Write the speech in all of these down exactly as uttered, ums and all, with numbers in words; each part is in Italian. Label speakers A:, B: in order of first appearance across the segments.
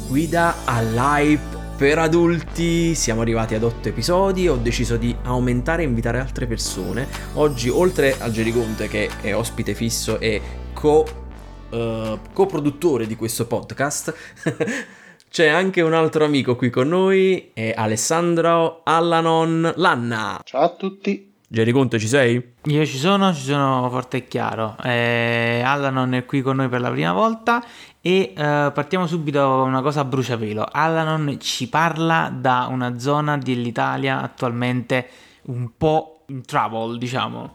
A: guida all'hype per adulti. Siamo arrivati ad otto episodi. Ho deciso di aumentare e invitare altre persone. Oggi, oltre al Gericonte, che è ospite fisso e co uh, coproduttore di questo podcast, c'è anche un altro amico qui con noi, è Alessandro Allanon Lanna.
B: Ciao a tutti.
A: Gericonte, ci sei?
C: Io ci sono, ci sono forte e chiaro. eh, Allanon è qui con noi per la prima volta e eh, partiamo subito da una cosa a bruciapelo. Allanon ci parla da una zona dell'Italia attualmente un po' in trouble, diciamo.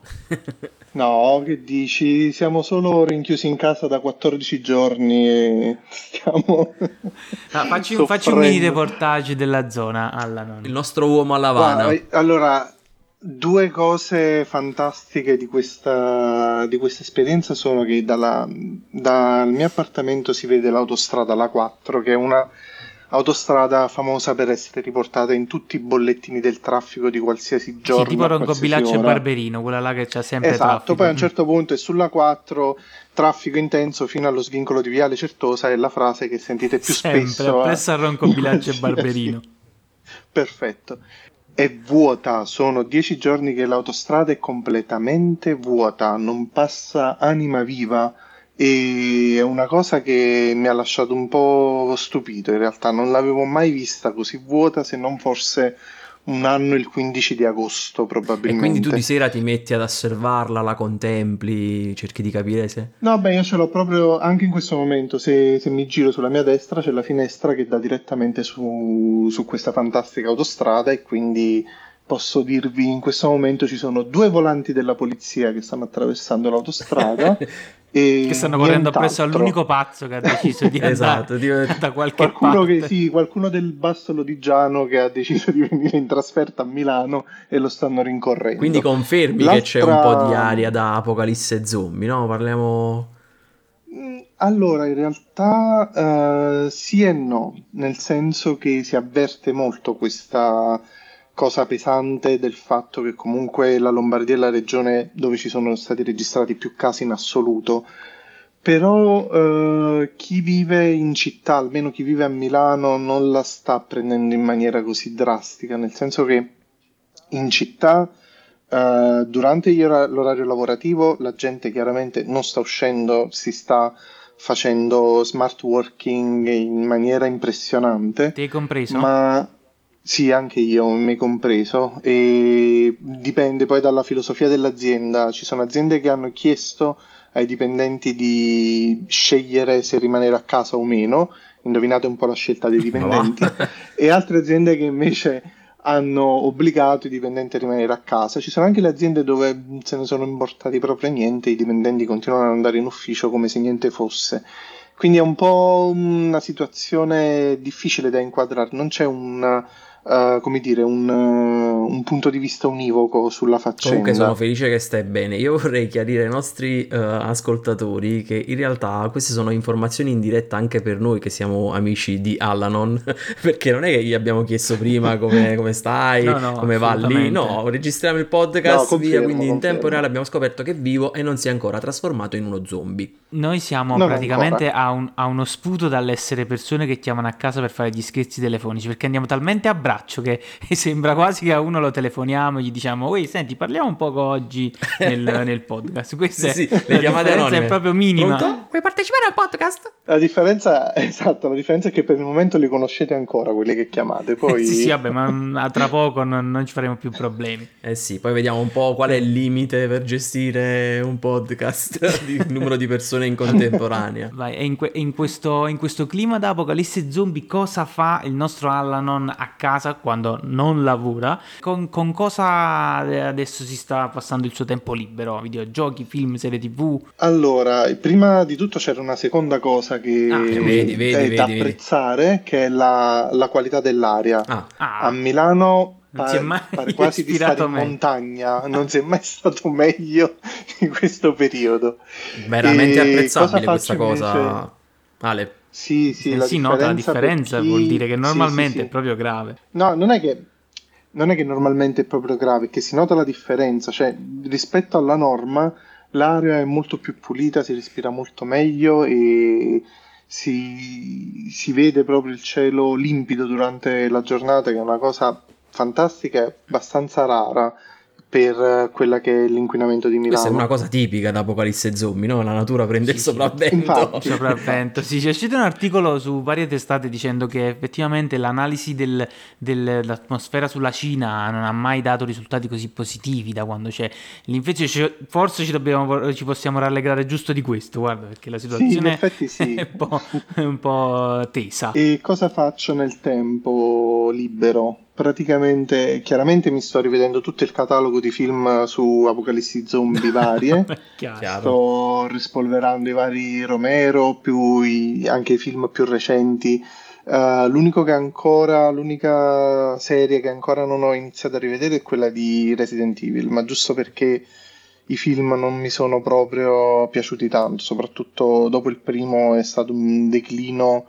B: No, che dici? Siamo solo rinchiusi in casa da quattordici giorni e stiamo
C: Ah, facci, un, facci un mini reportage della zona, Allanon.
A: Il nostro uomo a Lavana.
B: Guarda, allora, due cose fantastiche di questa, di questa esperienza sono che dalla, dal mio appartamento si vede l'autostrada, la quattro, che è una autostrada famosa per essere riportata in tutti i bollettini del traffico di qualsiasi giorno.
C: Sì, tipo Roncobilaccio e Barberino, quella là che c'ha sempre
B: esatto,
C: traffico.
B: Poi a un certo punto è sulla quattro, traffico intenso fino allo svincolo di Viale Certosa, è la frase che sentite più
C: sempre,
B: spesso.
C: Presso a Roncobilaccio e Barberino.
B: Perfetto. È vuota, sono dieci giorni che l'autostrada è completamente vuota, non passa anima viva. E è una cosa che mi ha lasciato un po' stupito, in realtà non l'avevo mai vista così vuota, se non forse un anno il quindici di agosto probabilmente.
A: E quindi tu di sera ti metti ad osservarla, la contempli, cerchi di capire se...
B: No, beh, io ce l'ho proprio anche in questo momento, se, se mi giro sulla mia destra c'è la finestra che dà direttamente su, su questa fantastica autostrada e quindi posso dirvi in questo momento ci sono due volanti della polizia che stanno attraversando l'autostrada. E
C: che stanno correndo appresso all'unico pazzo che ha deciso di
A: esatto,
C: andare da qualche
B: qualcuno
C: parte.
B: Che, sì, qualcuno del basso lodigiano che ha deciso di venire in trasferta a Milano e lo stanno rincorrendo.
A: Quindi confermi
B: L'altra...
A: che c'è un po' di aria da apocalisse zombie, no? Parliamo...
B: Allora, in realtà uh, sì e no, nel senso che si avverte molto questa cosa pesante del fatto che comunque la Lombardia è la regione dove ci sono stati registrati più casi in assoluto, però eh, chi vive in città, almeno chi vive a Milano, non la sta prendendo in maniera così drastica, nel senso che in città eh, durante l'orario lavorativo la gente chiaramente non sta uscendo, si sta facendo smart working in maniera impressionante.
C: Ti hai compreso?
B: Ma sì, anche io, mi compreso, e dipende poi dalla filosofia dell'azienda. Ci sono aziende che hanno chiesto ai dipendenti di scegliere se rimanere a casa o meno, indovinate un po' la scelta dei dipendenti, e altre aziende che invece hanno obbligato i dipendenti a rimanere a casa. Ci sono anche le aziende dove se ne sono importati proprio niente, i dipendenti continuano ad andare in ufficio come se niente fosse. Quindi è un po' una situazione difficile da inquadrare, non c'è un, uh, come dire, un, uh, un punto di vista univoco sulla faccenda.
A: Comunque sono felice che stai bene. Io vorrei chiarire ai nostri uh, ascoltatori che in realtà queste sono informazioni in diretta anche per noi che siamo amici di Allanon, perché non è che gli abbiamo chiesto prima come, come stai,
C: no, no,
A: come va lì, no, registriamo il podcast,
B: no, confermo,
A: via, quindi in
B: confermo.
A: tempo reale abbiamo scoperto che è vivo e non si è ancora trasformato in uno zombie.
C: Noi siamo
B: non
C: praticamente a, un, a uno sputo dall'essere persone che chiamano a casa per fare gli scherzi telefonici, perché andiamo talmente a braccio che sembra quasi che a uno lo telefoniamo e gli diciamo "Ui, senti, parliamo un poco oggi nel, nel podcast". Questa
A: sì,
C: è,
A: sì, le
C: la
A: chiamate
C: differenza
A: anonime.
C: è proprio minima.
A: Pronto? Vuoi partecipare al podcast?
B: La differenza, esatto, la differenza è che per il momento li conoscete ancora quelli che chiamate, poi...
C: sì, sì, vabbè, ma tra poco non, non ci faremo più problemi.
A: Eh sì, poi vediamo un po' qual è il limite per gestire un podcast di numero di persone in contemporanea.
C: Vai, e in, que- in, questo, in questo clima da apocalisse zombie cosa fa il nostro Allanon a casa quando non lavora? Con, con cosa adesso si sta passando il suo tempo libero? Videogiochi, film, serie tv?
B: Allora, prima di tutto c'era una seconda cosa che
C: Ah,
A: vedi, vedi,
B: è
A: vedi,
B: da
A: vedi.
B: apprezzare, che è la, la qualità dell'aria.
A: Ah,
C: Ah,
B: A Milano
C: non si è
B: pare,
C: mai
B: pare quasi di stare
C: ispirato
B: in
C: meglio.
B: montagna, non si è mai stato meglio in questo periodo.
A: veramente
B: E
A: apprezzabile
B: cosa
A: questa
B: faccio
A: cosa.
B: invece?
A: Ale,
B: Sì, sì,
C: Se
B: la
C: si nota la differenza,
B: per chi-
C: vuol dire che
B: sì,
C: normalmente
B: sì, sì.
C: è proprio grave.
B: No, non è che non è che normalmente è proprio grave, è che si nota la differenza, cioè rispetto alla norma l'aria è molto più pulita, si respira molto meglio e si, si vede proprio il cielo limpido durante la giornata, che è una cosa fantastica e abbastanza rara per eh, quella che è l'inquinamento di
A: Questa è una
B: Milano.
A: cosa tipica da Apocalisse Zombie, no? La natura prende il
C: Sì, sì,
A: sopravvento.
B: Infatti,
C: sopravvento. Sì, c'è uscito un articolo su varie testate dicendo che effettivamente l'analisi del- dell'atmosfera sulla Cina non ha mai dato risultati così positivi da quando c'è l'infezione. Ci- Forse ci, dobbiamo, ci possiamo rallegrare giusto di questo, guarda, perché la
B: sì, in
C: situazione
B: effetti
C: è
B: sì.
C: un po', è un po' tesa.
B: E cosa faccio nel tempo libero? Praticamente, chiaramente mi sto rivedendo tutto il catalogo di film su Apocalissi Zombie varie.
C: Chiaro.
A: Chiaro.
B: Sto rispolverando i vari Romero, più i- anche i film più recenti. Eh, l'unico che ancora, l'unica serie che ancora non ho iniziato a rivedere è quella di Resident Evil, ma giusto perché i film non mi sono proprio piaciuti tanto, soprattutto dopo il primo è stato un declino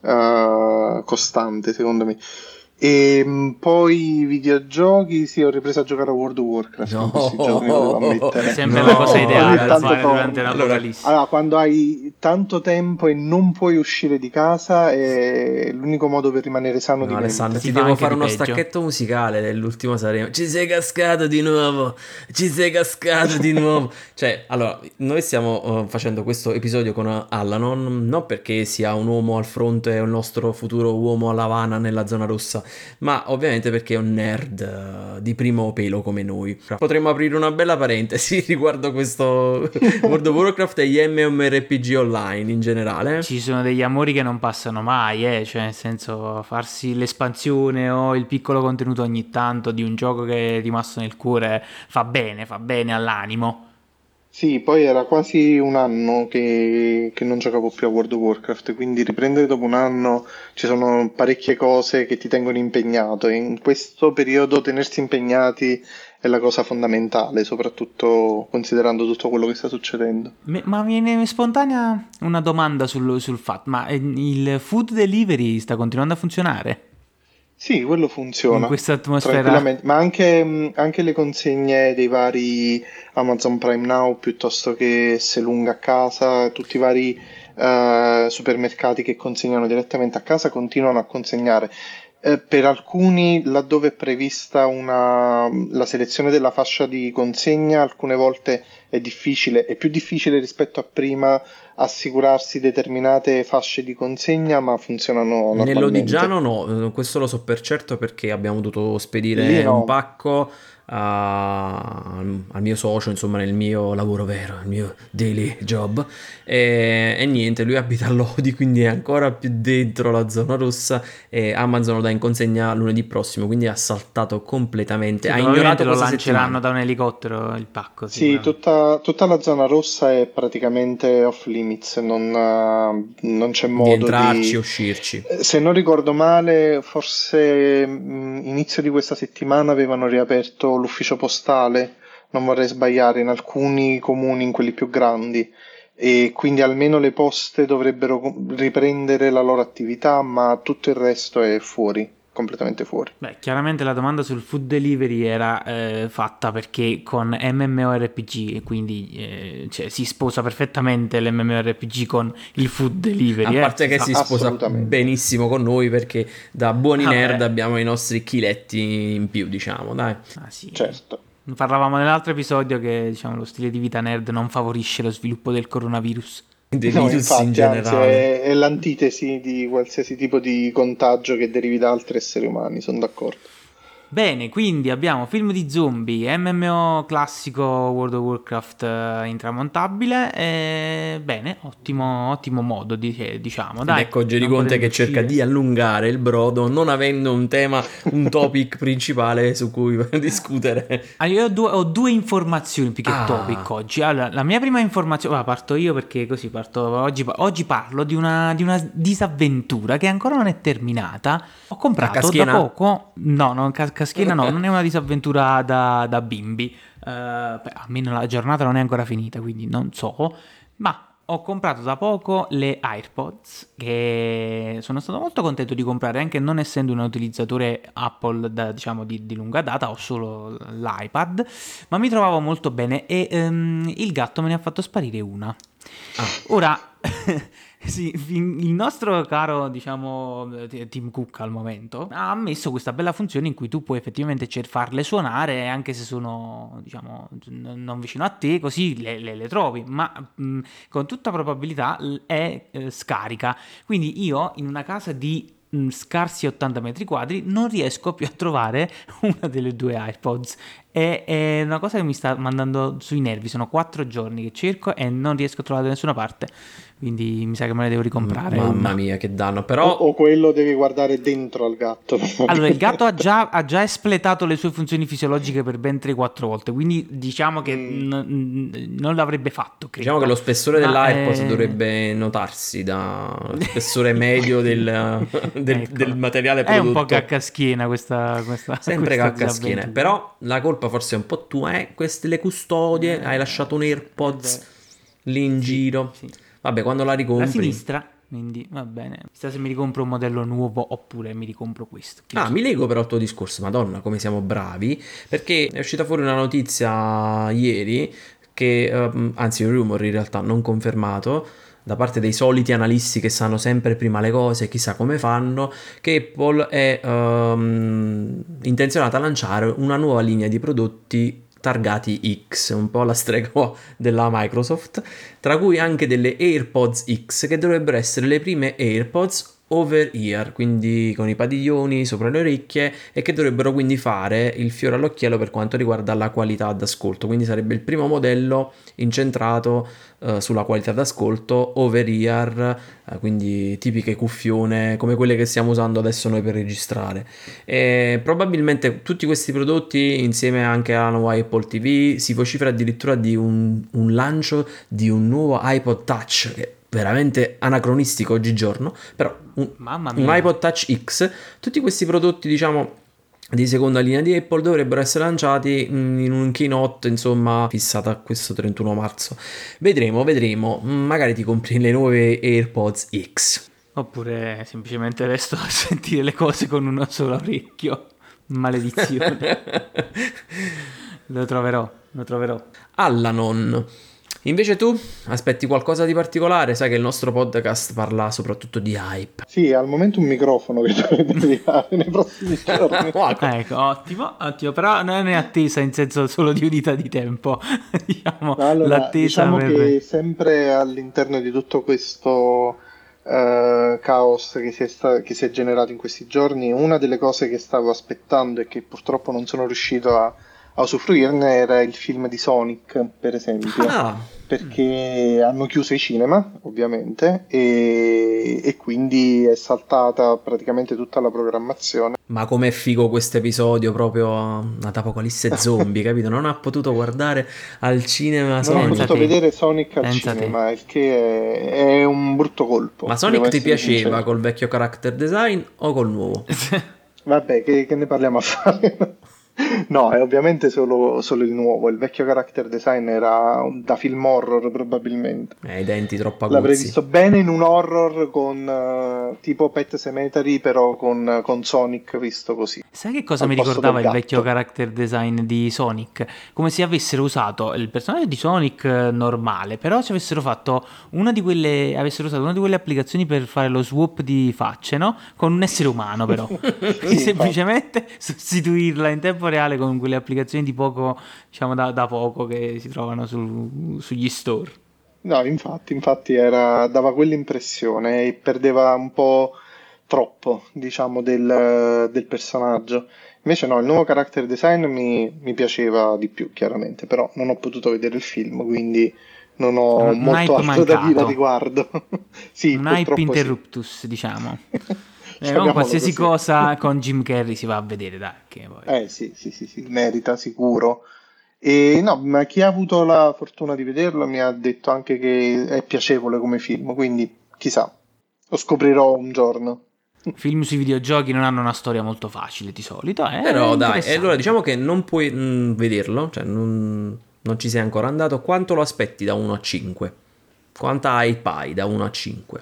B: eh, costante, secondo me. E mh, poi i videogiochi, sì, ho ripreso a giocare a World of Warcraft in questi giorni, lo devo ammettere.
C: Sempre
A: no,
C: la cosa
B: Ogni
C: ideale da
B: tanto
C: fare
B: torno.
C: durante
A: Allora,
C: l'apocalisse.
B: Allora, quando hai tanto tempo e non puoi uscire di casa, è l'unico modo per rimanere sano
A: no,
B: di
A: Alessandro,
B: mente.
A: ti
C: Si fa
A: devo
C: anche
A: fare
C: di
A: uno
C: peggio.
A: stacchetto musicale dell'ultimo Sanremo. Ci sei cascato di nuovo, ci sei cascato di nuovo. Cioè, allora, noi stiamo eh, facendo questo episodio con Allanon, non perché sia un uomo al fronte o il nostro futuro uomo alla Havana nella zona rossa, ma ovviamente perché è un nerd eh, di primo pelo come noi. Potremmo aprire una bella parentesi riguardo questo World of Warcraft e gli MMORPG online in generale.
C: Ci sono degli amori che non passano mai, eh? Cioè nel senso farsi l'espansione o il piccolo contenuto ogni tanto di un gioco che è rimasto nel cuore fa bene, fa bene all'animo.
B: Sì, poi era quasi un anno che, che non giocavo più a World of Warcraft, quindi riprendere dopo un anno ci sono parecchie cose che ti tengono impegnato e in questo periodo tenersi impegnati è la cosa fondamentale, soprattutto considerando tutto quello che sta succedendo.
C: Me- Ma viene spontanea una domanda sul, sul fatto, ma eh, il food delivery sta continuando a funzionare
B: Sì, quello
C: in
B: funziona
C: questa atmosfera?
B: tranquillamente, ma anche, mh, anche le consegne dei vari Amazon Prime Now piuttosto che Se lunga a casa, tutti i vari eh, supermercati che consegnano direttamente a casa continuano a consegnare. Eh, per alcuni, laddove è prevista una, la selezione della fascia di consegna, alcune volte è difficile, è più difficile rispetto a prima assicurarsi determinate fasce di consegna, ma funzionano
A: Nell'Odigiano
B: normalmente.
A: no, eh, questo lo so per certo perché abbiamo dovuto
B: Lì
A: spedire un
B: no.
A: pacco a- al mio socio, insomma nel mio lavoro vero, il mio daily job e, e niente, lui abita a Lodi, quindi è ancora più dentro la zona rossa e Amazon lo dà in consegna lunedì prossimo, quindi ha saltato completamente,
C: Sì,
A: ha
C: probabilmente
A: ignorato
C: lo
A: questa
C: lanceranno
A: settimana.
C: da un elicottero il pacco,
B: Sì,
C: sicuramente.
B: tutta, tutta la zona rossa è praticamente off limits, non, eh, non c'è
A: Di
B: modo
A: entrarci e
B: di...
A: uscirci.
B: eh, Se non ricordo male, forse mh, inizio di questa settimana avevano riaperto l'ufficio postale, non vorrei sbagliare, in alcuni comuni, in quelli più grandi, e quindi almeno le poste dovrebbero co- riprendere la loro attività, ma tutto il resto è fuori, completamente fuori.
C: Beh, chiaramente la domanda sul food delivery era eh, fatta perché con MMORPG e quindi eh, cioè, si sposa perfettamente l'MMORPG con il food
A: A
C: delivery, eh,
A: parte
C: si
A: che
C: sa.
A: si sposa
B: Assolutamente.
A: benissimo con noi perché da buoni nerd
C: Vabbè,
A: abbiamo i nostri chiletti in più, diciamo, dai.
C: ah, sì.
B: Certo.
C: Parlavamo nell'altro episodio che diciamo, lo stile di vita nerd non favorisce lo sviluppo del coronavirus.
A: Dei
B: No,
A: virus in
B: infatti, anzi,
A: generale.
B: è, è l'antitesi di qualsiasi tipo di contagio che derivi da altri esseri umani, sono d'accordo.
C: Bene, quindi abbiamo film di zombie, M M O classico World of Warcraft eh, intramontabile. E... Bene, ottimo, ottimo modo, di- diciamo,
A: Ed
C: dai,
A: ecco
C: non
A: Gerigonte
C: potendo
A: che cerca
C: uscire.
A: di allungare il brodo non avendo un tema, un topic principale su cui discutere.
C: Ah, io ho due, ho due informazioni più che topic
A: Ah,
C: oggi. Allora, la mia prima informazione, ora parto io perché così parto. Oggi, oggi parlo di una, di una disavventura che ancora non è terminata. Ho
A: a
C: comprato da
A: caschiena?
C: poco, no, non, cas- caschiena no, non è una disavventura da, da bimbi. Eh, beh, almeno la giornata non è ancora finita, quindi non so. Ma ho comprato da poco le AirPods che sono stato molto contento di comprare anche non essendo un utilizzatore Apple da, diciamo di, di lunga data, ho solo l'iPad, ma mi trovavo molto bene e ehm, il gatto me ne ha fatto sparire una.
A: Ah,
C: Ora Sì, il nostro caro, diciamo, Tim Cook al momento ha ammesso questa bella funzione in cui tu puoi effettivamente cer- farle suonare anche se sono, diciamo, n- non vicino a te, così le, le- le trovi, ma mh, con tutta probabilità l- è eh, scarica. Quindi io in una casa di mh, scarsi ottanta metri quadri non riesco più a trovare una delle due AirPods. È, è una cosa che mi sta mandando sui nervi. Sono quattro giorni che cerco e non riesco a trovarla da nessuna parte. Quindi mi sa che me ne devo
A: M-
C: ricomprare
A: mamma
C: una.
A: mia, che danno.
B: O,
A: Però
B: o quello devi guardare dentro al gatto,
C: Allora, il gatto ha
B: probabilmente.
C: già, ha già espletato le sue funzioni fisiologiche per ben tre quattro volte, quindi diciamo che
B: Mm.
C: n- n- non l'avrebbe fatto,
A: diciamo che
C: credo.
A: lo spessore
C: Ma
A: dell'AirPods
C: eh...
A: dovrebbe notarsi da spessore medio del, del- del
C: ecco,
A: materiale
C: è un po'
A: prodotto.
C: caccaschiena questa, questa,
A: Sempre
C: questa
A: caccaschiene.
C: disavventura.
A: Però la colpa forse è un po' tua, eh? Queste le custodie, hai lasciato un
C: Eh, eh
A: AirPods
C: beh,
A: lì in
C: sì,
A: giro.
C: sì.
A: Vabbè, quando la
C: La
A: ricompri.
C: sinistra, quindi va bene. Chissà se mi ricompro un modello nuovo oppure mi ricompro questo. Chi lo
A: Ah,
C: sa.
A: mi leggo però il tuo discorso, Madonna, come siamo bravi, perché è uscita fuori una notizia ieri che, ehm, anzi un rumor in realtà non confermato, da parte dei soliti analisti che sanno sempre prima le cose, chissà come fanno, che Apple è ehm, intenzionata a lanciare una nuova linea di prodotti targati X, un po' alla stregua della Microsoft, tra cui anche delle AirPods X che dovrebbero essere le prime AirPods over ear, quindi con i padiglioni sopra le orecchie e che dovrebbero quindi fare il fiore all'occhiello per quanto riguarda la qualità d'ascolto, quindi sarebbe il primo modello incentrato eh, sulla qualità d'ascolto over ear, eh, quindi tipiche cuffione come quelle che stiamo usando adesso noi per registrare. E probabilmente tutti questi prodotti insieme anche alla nuova Apple T V si vocifera addirittura di un, un lancio di un nuovo iPod Touch che è veramente anacronistico oggigiorno, però un,
C: Mamma
A: un
C: mia.
A: iPod Touch X, tutti questi prodotti diciamo di seconda linea di Apple dovrebbero essere lanciati mm, in un keynote insomma fissata a questo trentuno marzo. Vedremo, vedremo, Mm, magari ti compri le nuove AirPods X.
C: Oppure semplicemente resto a sentire le cose con uno solo orecchio. Maledizione. Lo troverò, lo troverò.
A: Allanon. Invece tu aspetti qualcosa di particolare? Sai che il nostro podcast parla soprattutto di hype.
B: Sì, al momento un microfono che dovrebbe arrivare nei prossimi giorni.
A: Ecco.
C: Ecco, ottimo, ottimo, però non è attesa in senso solo di unità di tempo, diciamo,
B: Allora,
C: l'attesa
B: diciamo
C: per...
B: che sempre all'interno di tutto questo eh, caos che si è, sta- che si è generato in questi giorni, una delle cose che stavo aspettando e che purtroppo non sono riuscito a, a usufruirne era il film di Sonic, per esempio,
A: Ah,
B: perché hanno chiuso i cinema, ovviamente, e, e quindi è saltata praticamente tutta la programmazione.
A: ma com'è figo questo episodio proprio ad Apocalisse Zombie, capito? Non ha potuto guardare al cinema
B: Non ho
C: Pensa
A: Sonic.
B: potuto
C: te,
B: vedere Sonic al
C: pensa te.
B: cinema, il che è, è un brutto colpo,
A: Ma
B: devo
A: Sonic ti
B: essere
A: piaceva
B: sincero.
A: col vecchio character design o col nuovo?
B: Vabbè, che, che ne parliamo a fare? No, è ovviamente solo, solo il nuovo. Il vecchio character design era un- da film horror, probabilmente.
A: Eh, i denti troppo
B: L'avrei
A: aguzzi.
B: visto bene in un horror con eh, tipo Pet Sematary, però con, con Sonic visto così,
C: Sai che cosa
B: al
C: mi
B: posto del
C: ricordava il vecchio
B: gatto.
C: character design di Sonic? Come se avessero usato il personaggio di Sonic eh, normale, però ci avessero fatto una di quelle, avessero usato una di quelle applicazioni per fare lo swap di facce, no? Con un essere umano però. Quindi
B: Sì, infatti.
C: semplicemente sostituirla in tempo reale con quelle applicazioni di poco, diciamo da, da poco che si trovano su- sugli store.
B: No, infatti, infatti era, dava quell'impressione e perdeva un po' troppo, diciamo, del, del personaggio. Invece no, il nuovo character design mi, mi piaceva di più, chiaramente, però non ho potuto vedere il film, quindi non ho
C: Un, un
B: molto
C: hype
B: altro da dire a
C: mancato,
B: riguardo. Sì,
C: un hype
B: purtroppo sì.
C: interruptus, diciamo. Eh, con
B: Chiamiamolo
C: qualsiasi
B: così.
C: cosa con Jim Carrey si va a vedere, dai, che poi...
B: Eh sì, sì, sì, sì, merita sicuro. E no, ma chi ha avuto la fortuna di vederlo mi ha detto anche che è piacevole come film, quindi chissà, lo scoprirò un giorno.
C: Film sui videogiochi non hanno una storia molto facile di solito, è
A: Però dai, e allora
C: interessante.
A: diciamo che non puoi mm, vederlo, cioè non, non ci sei ancora andato. Quanto lo aspetti da uno a cinque? Quanta hype hai da uno a cinque?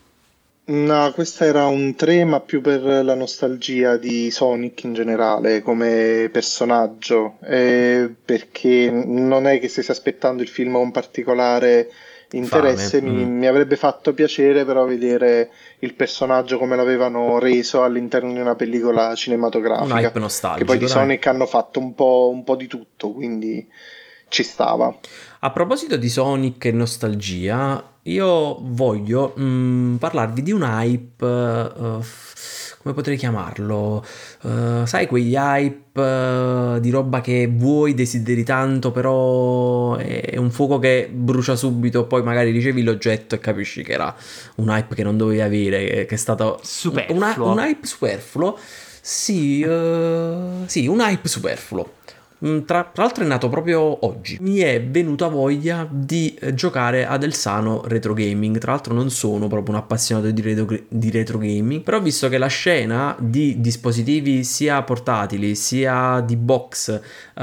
B: No, questo era un tre, ma più per la nostalgia di Sonic in generale come personaggio, eh, perché non è che stessi aspettando il film con particolare interesse,
A: Fame,
B: mi,
A: mm.
B: mi avrebbe fatto piacere però vedere il personaggio come l'avevano reso all'interno di una pellicola
A: Un
B: cinematografica,
A: hype
B: che poi
A: nostalgico,
B: di
A: dai.
B: Sonic hanno fatto un po', un po' di tutto, quindi ci stava.
A: A proposito di Sonic e nostalgia, io voglio mm, parlarvi di un hype, eh, f- come potrei chiamarlo? Eh, sai, quegli hype eh, di roba che vuoi, desideri tanto, però è un fuoco che brucia subito, poi magari ricevi l'oggetto e capisci che era un hype che non dovevi avere, che che è stato un, una- un
C: Superfluo.
A: hype superfluo. Sì, eh, sì, un hype superfluo. Mm, Tra, tra l'altro è nato proprio oggi. Mi è venuta voglia di eh, giocare ad Elsano Retro Gaming. Tra l'altro non sono proprio un appassionato di retro, di retro gaming, però ho visto che la scena di dispositivi sia portatili sia di box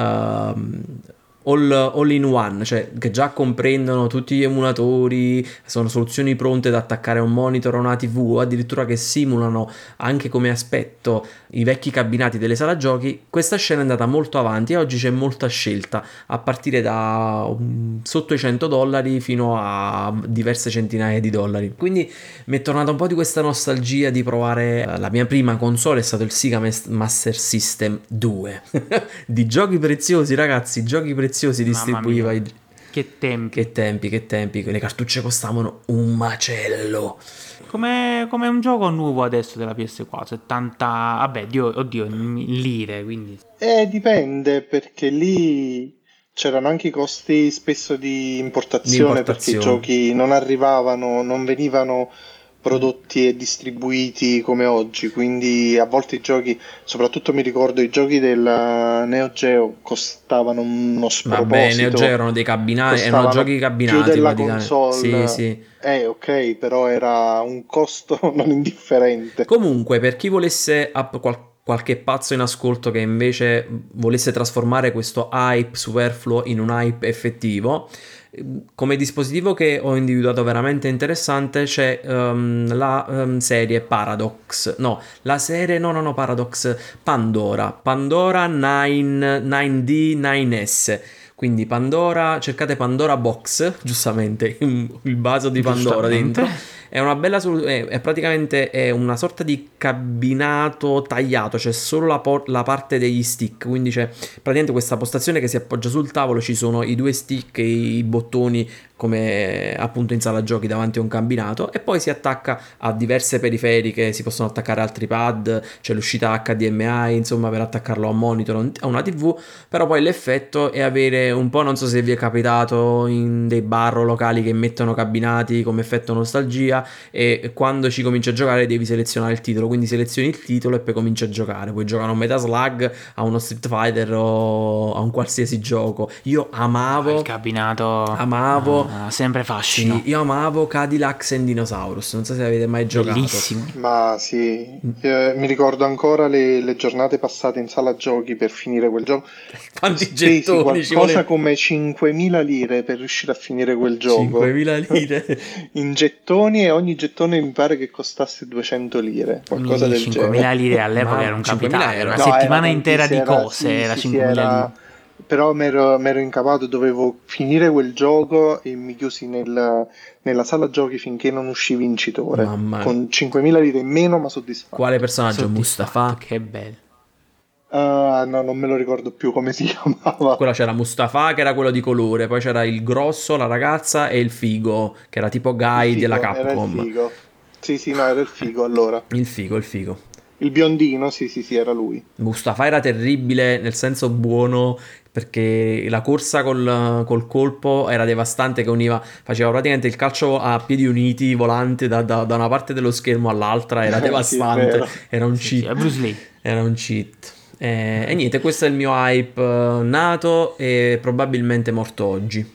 A: ehm, all, all in one, cioè che già comprendono tutti gli emulatori, sono soluzioni pronte da attaccare a un monitor o una T V, o addirittura che simulano anche come aspetto i vecchi cabinati delle sala giochi. Questa scena è andata molto avanti e oggi c'è molta scelta, a partire da um, sotto i cento dollari fino a diverse centinaia di dollari. Quindi mi è tornata un po' di questa nostalgia di provare. eh, La mia prima console è stato il Sega Mas- Master System due. Di giochi preziosi, ragazzi, giochi preziosi
C: Mamma
A: distribuiva.
C: mia,
A: i-
C: che tempi.
A: Che tempi, che tempi, le cartucce costavano un macello.
C: Come, come un gioco nuovo adesso della P S quattro, settanta, vabbè, Dio, oddio, in lire, quindi
B: Eh, dipende, perché lì c'erano anche i costi spesso di
A: Di
B: importazione, perché i
A: importazione.
B: giochi non arrivavano, non venivano prodotti e distribuiti come oggi, quindi a volte i giochi, soprattutto mi ricordo i giochi del Neo Geo, costavano uno
A: Vabbè, Neo Geo
B: sproposito,
A: erano dei cabinati, erano giochi
B: costavano più
A: cabinati
B: della
A: praticamente. Sì,
B: console.
A: sì.
B: Eh, ok, però era un costo non indifferente.
A: Comunque, per chi volesse app- qual- qualche pazzo in ascolto che invece volesse trasformare questo hype superfluo in un hype effettivo, ehm, come dispositivo che ho individuato veramente interessante c'è ehm, la ehm, serie Paradox. No, la serie, no, no, no, Paradox Pandora. Pandora nove, nove D, nove S. Quindi Pandora, cercate Pandora Box, giustamente, il vaso di Pandora
C: giustamente.
A: dentro. È una bella soluzione, è, è praticamente è una sorta di cabinato tagliato, c'è solo la, por- la parte degli stick, quindi c'è praticamente questa postazione che si appoggia sul tavolo, ci sono i due stick e i bottoni come appunto in sala giochi davanti a un cabinato, e poi si attacca a diverse periferiche, si possono attaccare altri pad, c'è l'uscita H D M I, insomma, per attaccarlo a un monitor, a una T V. Però poi l'effetto è avere un po', non so se vi è capitato in dei bar o locali che mettono cabinati come effetto nostalgia, e quando ci cominci a giocare devi selezionare il titolo, quindi selezioni il titolo e poi cominci a giocare, puoi giocare a un Metal Slug, a uno Street Fighter o a un qualsiasi gioco. Io
C: Ah, il
A: amavo
C: cabinato
A: amavo
C: ha sempre fascino.
A: sì, io amavo Cadillacs and Dinosaurus, non so se avete mai giocato.
C: Bellissimo.
B: Ma sì, eh, mi ricordo ancora le, le giornate passate in sala giochi per finire quel gioco.
A: Quanti
B: Spesi
A: gettoni ci
B: qualcosa
A: volevano?
B: come cinquemila lire per riuscire a finire quel gioco.
A: cinquemila lire.
B: In gettoni, e ogni gettone mi pare che costasse duecento lire, qualcosa
C: Mi
B: del
C: cinquemila
B: genere.
C: lire all'epoca
A: Ma
C: era un
A: cinquemila
C: capitale,
A: euro.
C: una
A: eh.
B: No, era
C: settimana intera
B: tantissimo,
C: di
B: era,
C: cose,
B: sì,
C: era
B: sì, sì,
C: cinquemila
B: era...
C: lire.
B: Però mi ero, mi ero incavato, dovevo finire quel gioco e mi chiusi nel- nella sala giochi finché non uscì vincitore,
A: Mamma mia.
B: con cinquemila lire in meno ma soddisfatto.
A: Quale personaggio?
C: Soddisfatto,
A: Mustafa?
C: che bello.
B: Ah, no, non me lo ricordo più come si chiamava.
A: Quello c'era Mustafa che era quello di colore, poi c'era il grosso, la ragazza e il figo, che era tipo
B: Il
A: Guy della
B: figo, era il
A: Capcom.
B: figo. Sì, sì, no, era il figo allora.
A: Il figo, il figo.
B: Il biondino, sì, sì, sì, era lui.
A: Mustafa era terribile nel senso buono, perché la corsa col, col colpo era devastante, che univa, faceva praticamente il calcio a piedi uniti volante da, da- da una parte dello schermo all'altra, era
B: Sì, è
A: devastante,
B: vero.
A: era un
C: Sì, sì, è
A: cheat,
C: Bruce Lee.
A: era un cheat. E, e niente, questo è il mio hype eh, nato e probabilmente morto oggi.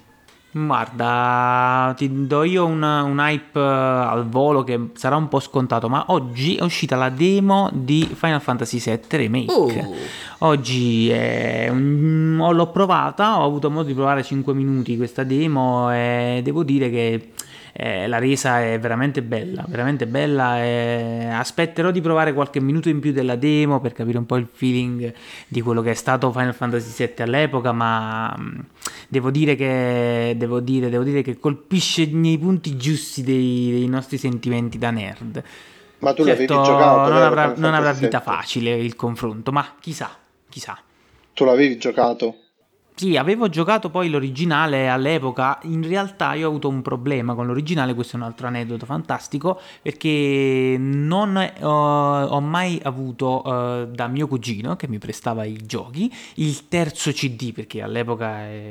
C: Guarda, ti do io un, un hype eh, al volo che sarà un po' scontato, ma oggi è uscita la demo di Final Fantasy sette Remake.
A: Oh,
C: Oggi è un- l'ho provata, ho avuto modo di provare cinque minuti questa demo e devo dire che eh, la resa è veramente bella, veramente bella. E aspetterò di provare qualche minuto in più della demo per capire un po' il feeling di quello che è stato Final Fantasy sette all'epoca, ma mh, devo dire che devo dire, devo dire che colpisce nei punti giusti dei, dei nostri sentimenti da nerd.
B: Ma tu
C: Certo,
B: l'avevi giocato?
C: non
B: vero,
C: avrà,
B: Final
C: non avrà
B: Fantasy
C: vita
B: sette?
C: facile il confronto, ma chissà, chissà.
B: Tu l'avevi giocato?
C: Sì, avevo giocato poi l'originale all'epoca. In realtà io ho avuto un problema con l'originale, questo è un altro aneddoto fantastico, perché non eh, ho mai avuto eh, da mio cugino, che mi prestava i giochi, il terzo C D, perché all'epoca eh,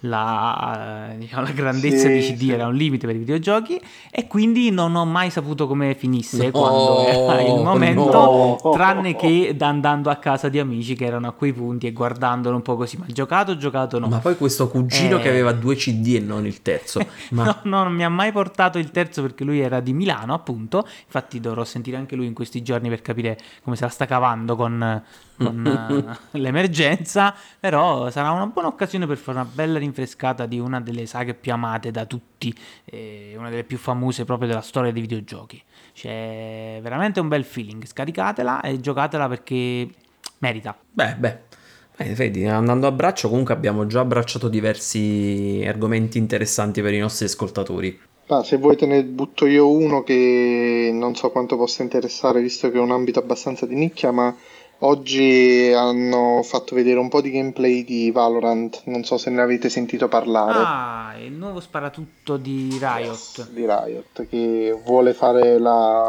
C: la, eh, diciamo, la grandezza
B: Sì,
C: di C D
B: sì.
C: era un limite per i videogiochi, e quindi non ho mai saputo come finisse
A: No,
C: quando era il momento,
B: no.
C: tranne che da- andando a casa di amici che erano a quei punti e guardandolo un po' così. Ma giocato, giocato no.
A: Ma poi questo cugino che
C: Eh,
A: aveva due C D e non il terzo. Ma
C: no, no, non mi ha mai portato il terzo perché lui era di Milano, appunto. Infatti dovrò sentire anche lui in questi giorni per capire come se la sta cavando con, con eh, l'emergenza. Però sarà una buona occasione per fare una bella rinfrescata di una delle saghe più amate da tutti, eh, una delle più famose proprio della storia dei videogiochi. C'è veramente un bel feeling. Scaricatela e giocatela perché merita.
A: beh, beh. Eh, vedi, andando a braccio comunque abbiamo già abbracciato diversi argomenti interessanti per i nostri ascoltatori.
B: Ah, se vuoi te ne butto io uno che non so quanto possa interessare, visto che è un ambito abbastanza di nicchia, ma oggi hanno fatto vedere un po' di gameplay di Valorant, non so se ne avete sentito parlare.
C: Ah, il nuovo sparatutto di Riot.
B: Di Riot, che vuole fare la,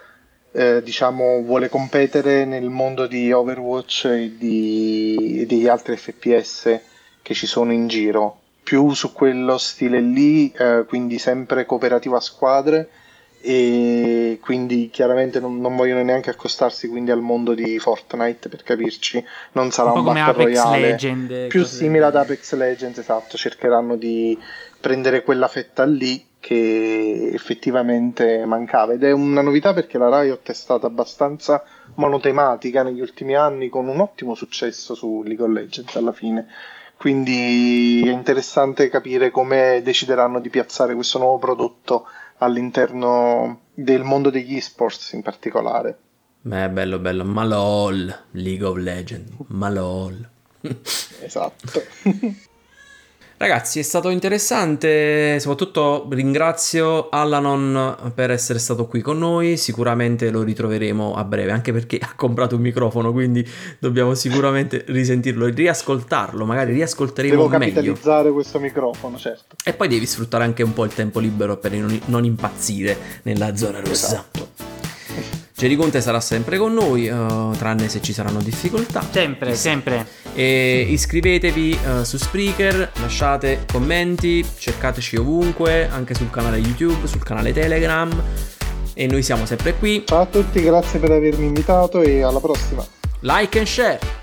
B: eh, diciamo, vuole competere nel mondo di Overwatch e di, e degli altri F P S che ci sono in giro, più su quello stile lì, eh, quindi sempre cooperativo a squadre, e quindi chiaramente non, non vogliono neanche accostarsi quindi al mondo di Fortnite, per capirci, non sarà
C: Un po'
B: un
C: come
B: Battle
C: Apex
B: Royale,
C: Legend, e
B: più
C: cose del
B: simile ad
C: genere.
B: Apex Legends, esatto, cercheranno di prendere quella fetta lì che effettivamente mancava, ed è una novità perché la Riot è stata abbastanza monotematica negli ultimi anni, con un ottimo successo su League of Legends alla fine, quindi è interessante capire come decideranno di piazzare questo nuovo prodotto all'interno del mondo degli esports in particolare.
A: Beh, bello, bello. Ma lol, League of Legends, ma lol.
B: Esatto.
A: Ragazzi, è stato interessante, soprattutto ringrazio Allanon per essere stato qui con noi, sicuramente lo ritroveremo a breve, anche perché ha comprato un microfono, quindi dobbiamo sicuramente risentirlo e riascoltarlo, magari riascolteremo
B: Devo
A: meglio.
B: capitalizzare questo microfono, certo.
A: E poi devi sfruttare anche un po' il tempo libero per non, non impazzire nella zona rossa.
B: Esatto.
A: Gericonte sarà sempre con noi, uh, tranne se ci saranno difficoltà.
C: Sempre, sempre.
A: E iscrivetevi uh, su Spreaker, lasciate commenti, cercateci ovunque, anche sul canale YouTube, sul canale Telegram, e noi siamo sempre qui.
B: Ciao a tutti, grazie per avermi invitato e alla prossima.
A: Like and share!